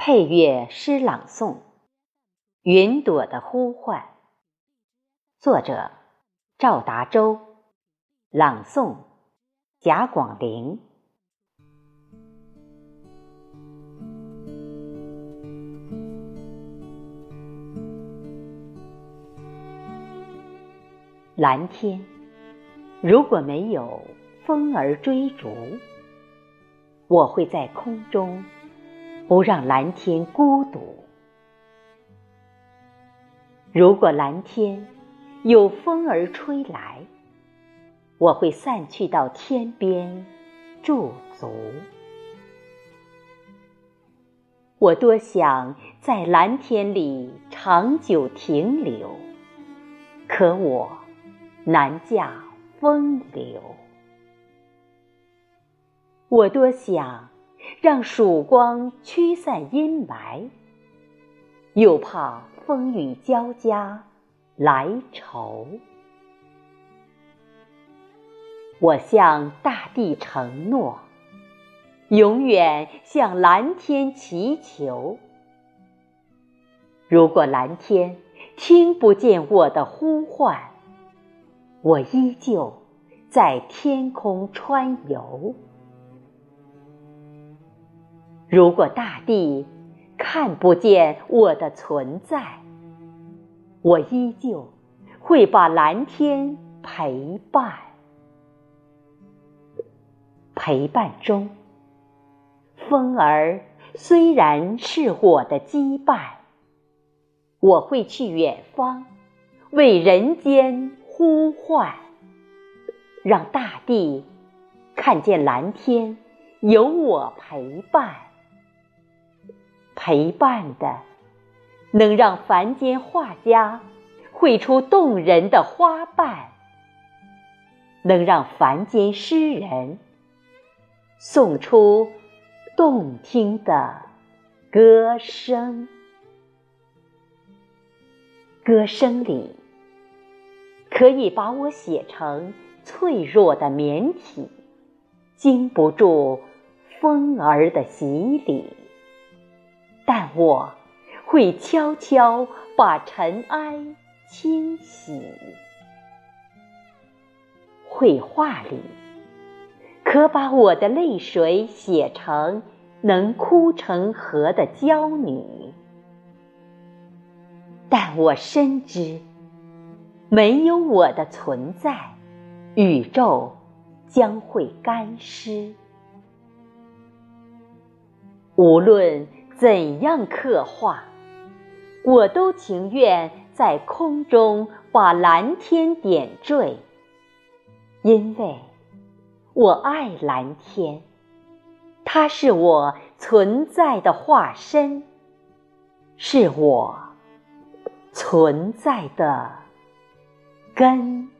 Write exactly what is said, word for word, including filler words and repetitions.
配乐诗朗诵《云朵的呼唤》，作者赵达洲，朗诵贾广陵。蓝天如果没有风儿追逐，我会在空中不让蓝天孤独。如果蓝天有风儿吹来，我会散去到天边驻足。我多想在蓝天里长久停留，可我难驾风流。我多想让曙光驱散阴霾，又怕风雨交加来愁。我向大地承诺，永远向蓝天祈求。如果蓝天听不见我的呼唤，我依旧在天空穿游。如果大地看不见我的存在，我依旧会把蓝天陪伴。陪伴中，风儿虽然是我的羁绊，我会去远方为人间呼唤，让大地看见蓝天有我陪伴。陪伴的能让凡间画家绘出动人的花瓣，能让凡间诗人诵出动听的歌声。歌声里可以把我写成脆弱的绵体，经不住风儿的洗礼，但我会悄悄把尘埃清洗。绘画里可把我的泪水写成能哭成河的娇女，但我深知没有我的存在，宇宙将会干湿。无论怎样刻画，我都情愿在空中把蓝天点缀，因为我爱蓝天，它是我存在的化身，是我存在的根。